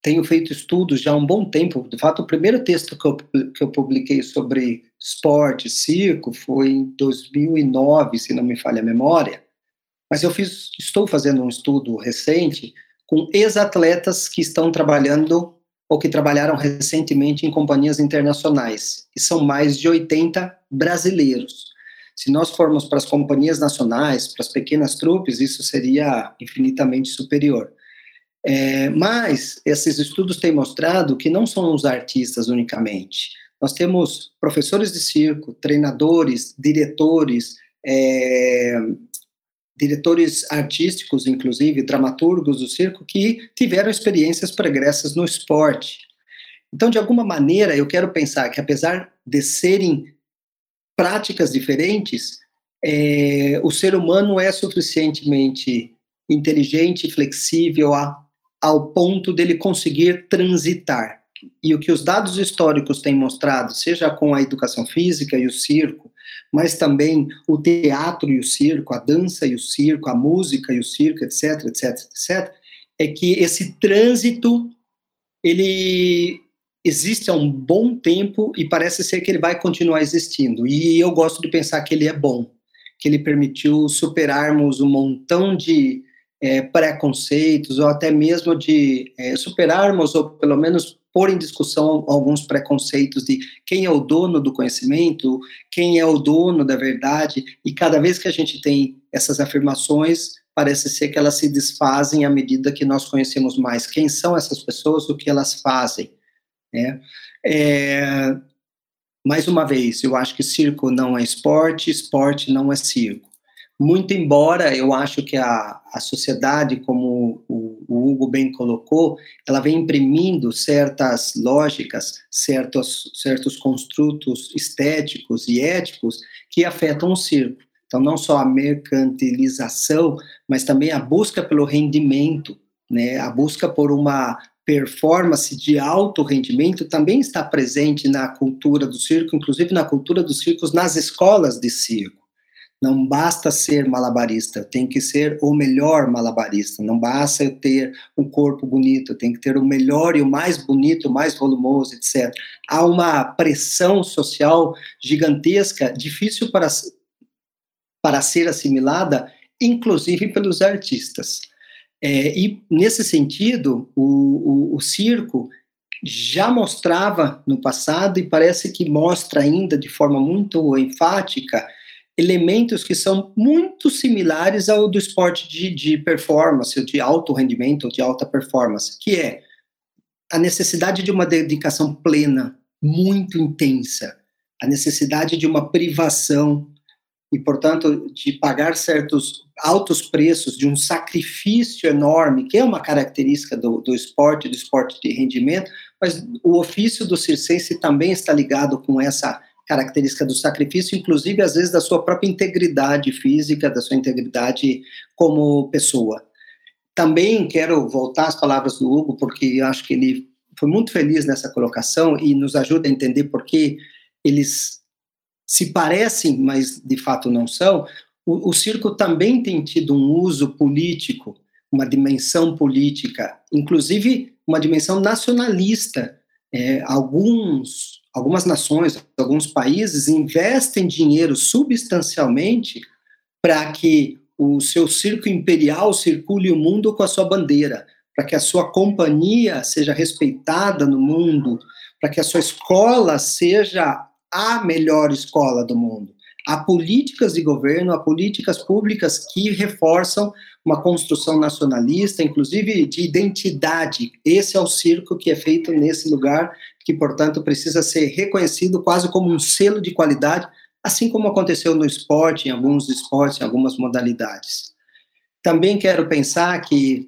tenho feito estudos já há um bom tempo. De fato, o primeiro texto que eu, que eu publiquei sobre esporte, circo, foi em dois mil e nove, se não me falha a memória. Mas eu fiz, estou fazendo um estudo recente com ex-atletas que estão trabalhando ou que trabalharam recentemente em companhias internacionais. E são mais de oitenta brasileiros. Se nós formos para as companhias nacionais, para as pequenas trupes, isso seria infinitamente superior. É, mas esses estudos têm mostrado que não são os artistas unicamente. Nós temos professores de circo, treinadores, diretores, é, diretores artísticos, inclusive, dramaturgos do circo, que tiveram experiências pregressas no esporte. Então, de alguma maneira, eu quero pensar que, apesar de serem práticas diferentes, é, o ser humano é suficientemente inteligente e flexível a, ao ponto dele conseguir transitar. E o que os dados históricos têm mostrado, seja com a educação física e o circo, mas também o teatro e o circo, a dança e o circo, a música e o circo, etc, etc, etc, é que esse trânsito, ele existe há um bom tempo e parece ser que ele vai continuar existindo. E eu gosto de pensar que ele é bom, que ele permitiu superarmos um montão de é, preconceitos, ou até mesmo de é, superarmos, ou pelo menos pôr em discussão alguns preconceitos de quem é o dono do conhecimento, quem é o dono da verdade, e cada vez que a gente tem essas afirmações, parece ser que elas se desfazem à medida que nós conhecemos mais quem são essas pessoas, o que elas fazem. Né? É, mais uma vez, eu acho que circo não é esporte, esporte não é circo. Muito embora eu acho que a, a sociedade, como o, o Hugo bem colocou, ela vem imprimindo certas lógicas, certos, certos construtos estéticos e éticos que afetam o circo. Então, não só a mercantilização, mas também a busca pelo rendimento, né? A busca por uma performance de alto rendimento também está presente na cultura do circo, inclusive na cultura dos circos nas escolas de circo. Não basta ser malabarista, tem que ser o melhor malabarista, não basta eu ter um corpo bonito, tem que ter o melhor e o mais bonito, o mais volumoso, etcétera. Há uma pressão social gigantesca, difícil para, para ser assimilada, inclusive pelos artistas. É, e, nesse sentido, o, o, o circo já mostrava no passado, e parece que mostra ainda de forma muito enfática, elementos que são muito similares ao do esporte de, de performance, de alto rendimento, de alta performance, que é a necessidade de uma dedicação plena, muito intensa, a necessidade de uma privação e, portanto, de pagar certos altos preços, de um sacrifício enorme, que é uma característica do, do esporte, do esporte de rendimento, mas o ofício do circense também está ligado com essa característica do sacrifício, inclusive, às vezes, da sua própria integridade física, da sua integridade como pessoa. Também quero voltar às palavras do Hugo, porque eu acho que ele foi muito feliz nessa colocação e nos ajuda a entender por que eles se parecem, mas de fato não são. O, o circo também tem tido um uso político, uma dimensão política, inclusive uma dimensão nacionalista. É, alguns, algumas nações, alguns países investem dinheiro substancialmente para que o seu circo imperial circule o mundo com a sua bandeira, para que a sua companhia seja respeitada no mundo, para que a sua escola seja a melhor escola do mundo. Há políticas de governo, há políticas públicas que reforçam uma construção nacionalista, inclusive de identidade. Esse é o circo que é feito nesse lugar, que, portanto, precisa ser reconhecido quase como um selo de qualidade, assim como aconteceu no esporte, em alguns esportes, em algumas modalidades. Também quero pensar que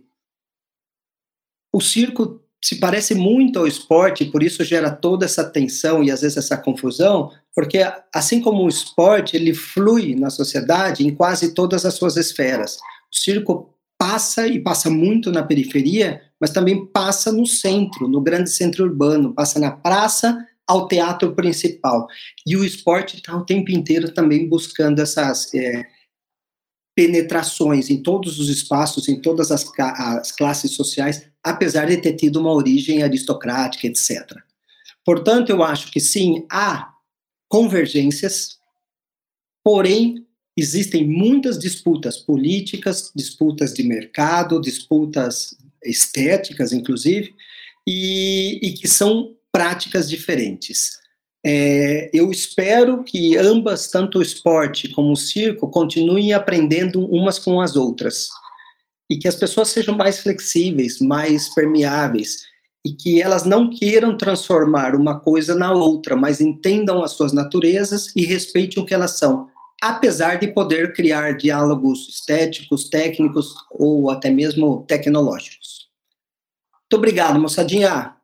o circo se parece muito ao esporte, por isso gera toda essa tensão e, às vezes, essa confusão, porque, assim como o esporte, ele flui na sociedade em quase todas as suas esferas. O circo passa, e passa muito na periferia, mas também passa no centro, no grande centro urbano, passa na praça ao teatro principal. E o esporte está o tempo inteiro também buscando essas é, penetrações em todos os espaços, em todas as, as classes sociais, apesar de ter tido uma origem aristocrática, etcétera. Portanto, eu acho que sim, há convergências, porém, existem muitas disputas políticas, disputas de mercado, disputas estéticas, inclusive, e, e que são práticas diferentes. É, eu espero que ambas, tanto o esporte como o circo, continuem aprendendo umas com as outras, e que as pessoas sejam mais flexíveis, mais permeáveis, e que elas não queiram transformar uma coisa na outra, mas entendam as suas naturezas e respeitem o que elas são, apesar de poder criar diálogos estéticos, técnicos ou até mesmo tecnológicos. Muito obrigado, moçadinha.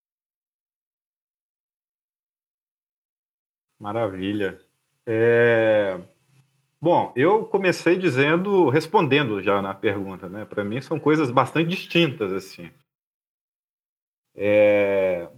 Maravilha. É... Bom, eu comecei dizendo, respondendo já na pergunta, né? Para mim são coisas bastante distintas, assim. É...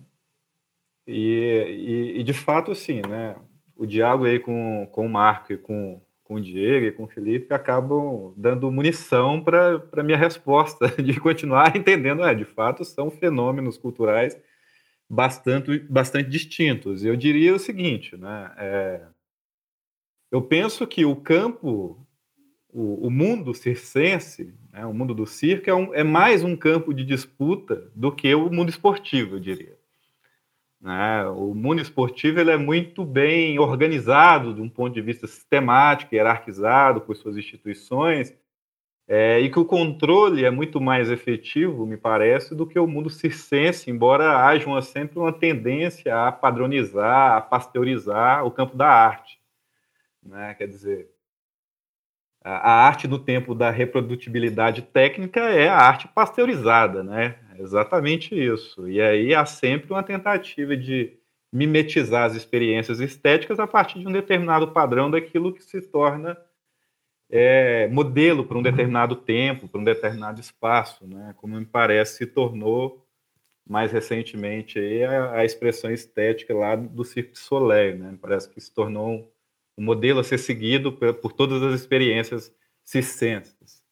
E, e, e, de fato, assim, né? O diálogo aí com, com o Marco e com, com o Diego e com o Felipe acabam dando munição para a minha resposta, de continuar entendendo, é, de fato, são fenômenos culturais bastante, bastante distintos. Eu diria o seguinte, né? É, eu penso que o campo, o, o mundo circense, né, o mundo do circo, é, um, é mais um campo de disputa do que o mundo esportivo, eu diria. Né? O mundo esportivo ele é muito bem organizado de um ponto de vista sistemático, hierarquizado por suas instituições, é, e que o controle é muito mais efetivo, me parece, do que o mundo circense, embora haja uma, sempre uma tendência a padronizar, a pasteurizar o campo da arte. Né? Quer dizer, a, a arte no tempo da reprodutibilidade técnica é a arte pasteurizada, né? É exatamente isso. E aí há sempre uma tentativa de mimetizar as experiências estéticas a partir de um determinado padrão daquilo que se torna é, modelo para um determinado tempo, para um determinado espaço, né? Como me parece se tornou mais recentemente aí a, a expressão estética lá do Cirque du Soleil, né? Parece que se tornou um, um modelo a ser seguido por, por todas as experiências circenses.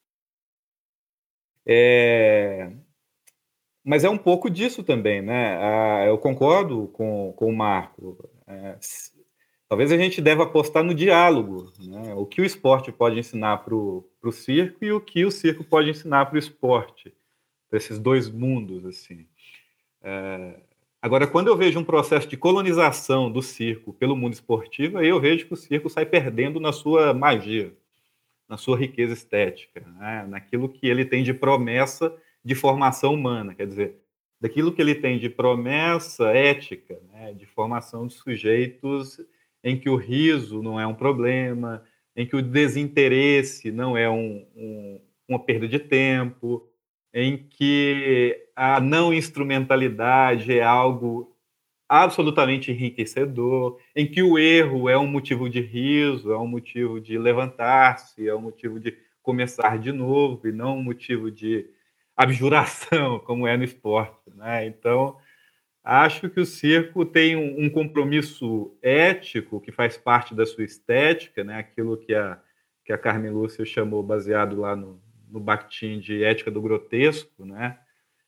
É... Mas é um pouco disso também, né? Ah, eu concordo com, com o Marco. É, talvez a gente deva apostar no diálogo, né? O que o esporte pode ensinar para o circo e o que o circo pode ensinar para o esporte, para esses dois mundos, assim. É, agora, quando eu vejo um processo de colonização do circo pelo mundo esportivo, aí eu vejo que o circo sai perdendo na sua magia, na sua riqueza estética, né? Naquilo que ele tem de promessa de formação humana, quer dizer, daquilo que ele tem de promessa ética, né? De formação de sujeitos em que o riso não é um problema, em que o desinteresse não é um, um, uma perda de tempo, em que a não instrumentalidade é algo absolutamente enriquecedor, em que o erro é um motivo de riso, é um motivo de levantar-se, é um motivo de começar de novo e não um motivo de abjuração, como é no esporte, né? Então, acho que o circo tem um, um compromisso ético que faz parte da sua estética, né? Aquilo que a, que a Carmen Lúcia chamou, baseado lá no, no Bakhtin, de ética do grotesco, né?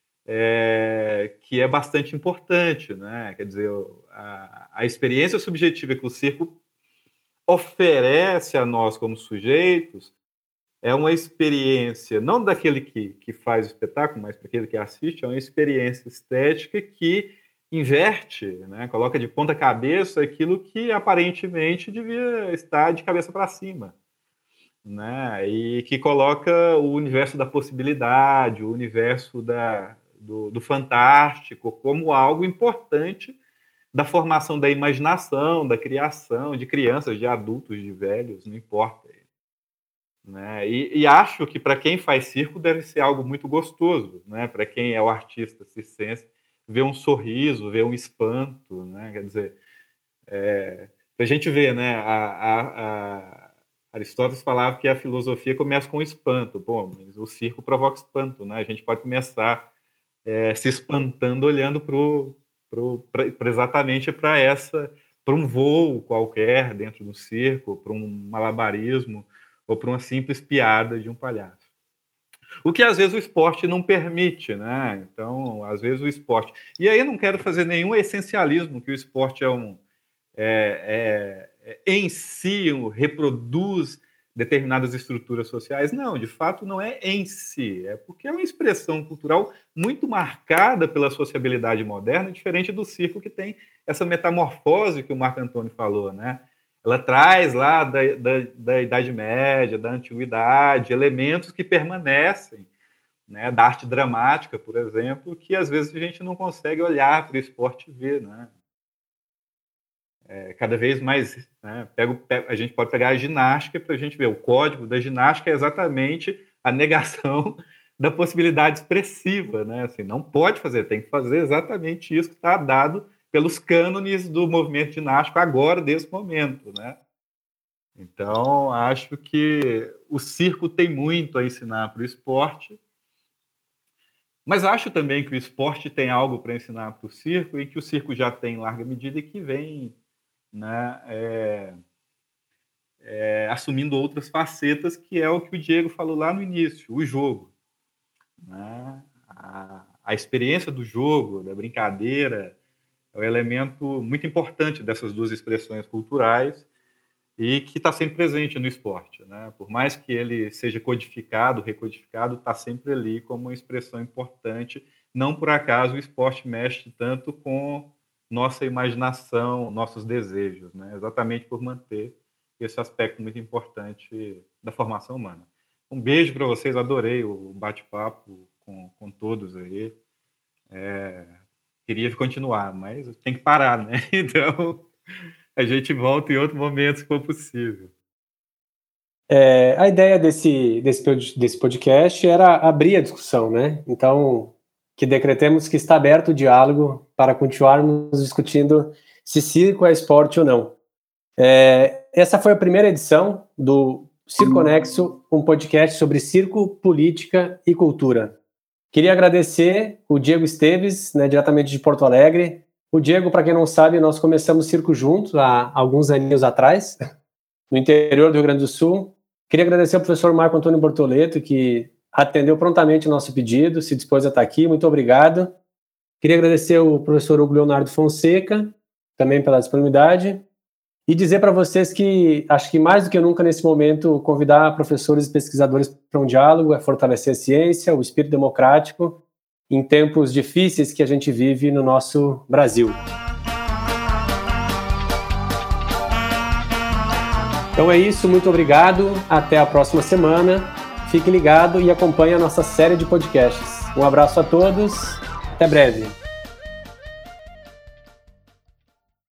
É, que é bastante importante, né? Quer dizer, a, a experiência subjetiva que o circo oferece a nós como sujeitos é uma experiência, não daquele que, que faz o espetáculo, mas daquele que assiste, é uma experiência estética que inverte, né? Coloca de ponta cabeça aquilo que aparentemente devia estar de cabeça para cima, né? E que coloca o universo da possibilidade, o universo da, do, do fantástico como algo importante da formação da imaginação, da criação, de crianças, de adultos, de velhos, não importa. Né? E, e acho que para quem faz circo deve ser algo muito gostoso, né? Para quem é o artista circense, ver um sorriso, ver um espanto, né? Quer dizer, é, a gente vê, né? A, a, a Aristóteles falava que a filosofia começa com espanto. Bom, mas o circo provoca espanto, né? A gente pode começar é, se espantando olhando para exatamente para essa, para um voo qualquer dentro do circo, para um malabarismo ou para uma simples piada de um palhaço. O que às vezes o esporte não permite, né? Então, às vezes o esporte... E aí eu não quero fazer nenhum essencialismo, que o esporte é um... É, é, é, em si, um, reproduz determinadas estruturas sociais. Não, de fato, não é em si. É porque é uma expressão cultural muito marcada pela sociabilidade moderna, diferente do circo, que tem essa metamorfose que o Marco Antônio falou, né? Ela traz lá da, da, da Idade Média, da Antiguidade, elementos que permanecem, né? Da arte dramática, por exemplo, que às vezes a gente não consegue olhar para o esporte e ver, né? É, cada vez mais, né? Pego, pego, a gente pode pegar a ginástica para a gente ver. O código da ginástica é exatamente a negação da possibilidade expressiva, né? Assim, não pode fazer, tem que fazer exatamente isso que está dado pelos cânones do movimento ginástico agora, desse momento, né? Então, acho que o circo tem muito a ensinar para o esporte, mas acho também que o esporte tem algo para ensinar para o circo, e que o circo já tem em larga medida e que vem, né, é, é, assumindo outras facetas, que é o que o Diego falou lá no início, o jogo, né? A, a experiência do jogo, da brincadeira, é um elemento muito importante dessas duas expressões culturais e que está sempre presente no esporte, né? Por mais que ele seja codificado, recodificado, está sempre ali como uma expressão importante. Não por acaso o esporte mexe tanto com nossa imaginação, nossos desejos, né? Exatamente por manter esse aspecto muito importante da formação humana. Um beijo para vocês, adorei o bate-papo com, com todos aí. É... Queria continuar, mas tem que parar, né? Então, a gente volta em outro momento, se for possível. É, a ideia desse, desse, desse podcast era abrir a discussão, né? Então, que decretemos que está aberto o diálogo para continuarmos discutindo se circo é esporte ou não. É, essa foi a primeira edição do Circonexo, um podcast sobre circo, política e cultura. Queria agradecer o Diego Esteves, né, diretamente de Porto Alegre. O Diego, para quem não sabe, nós começamos circo juntos há alguns aninhos atrás, no interior do Rio Grande do Sul. Queria agradecer ao professor Marco Antônio Bortoleto, que atendeu prontamente o nosso pedido, se dispôs a estar aqui. Muito obrigado. Queria agradecer ao professor Hugo Leonardo Fonseca, também pela disponibilidade. E dizer para vocês que, acho que mais do que nunca nesse momento, convidar professores e pesquisadores para um diálogo, é fortalecer a ciência, o espírito democrático, em tempos difíceis que a gente vive no nosso Brasil. Então é isso, muito obrigado, até a próxima semana, fique ligado e acompanhe a nossa série de podcasts. Um abraço a todos, até breve.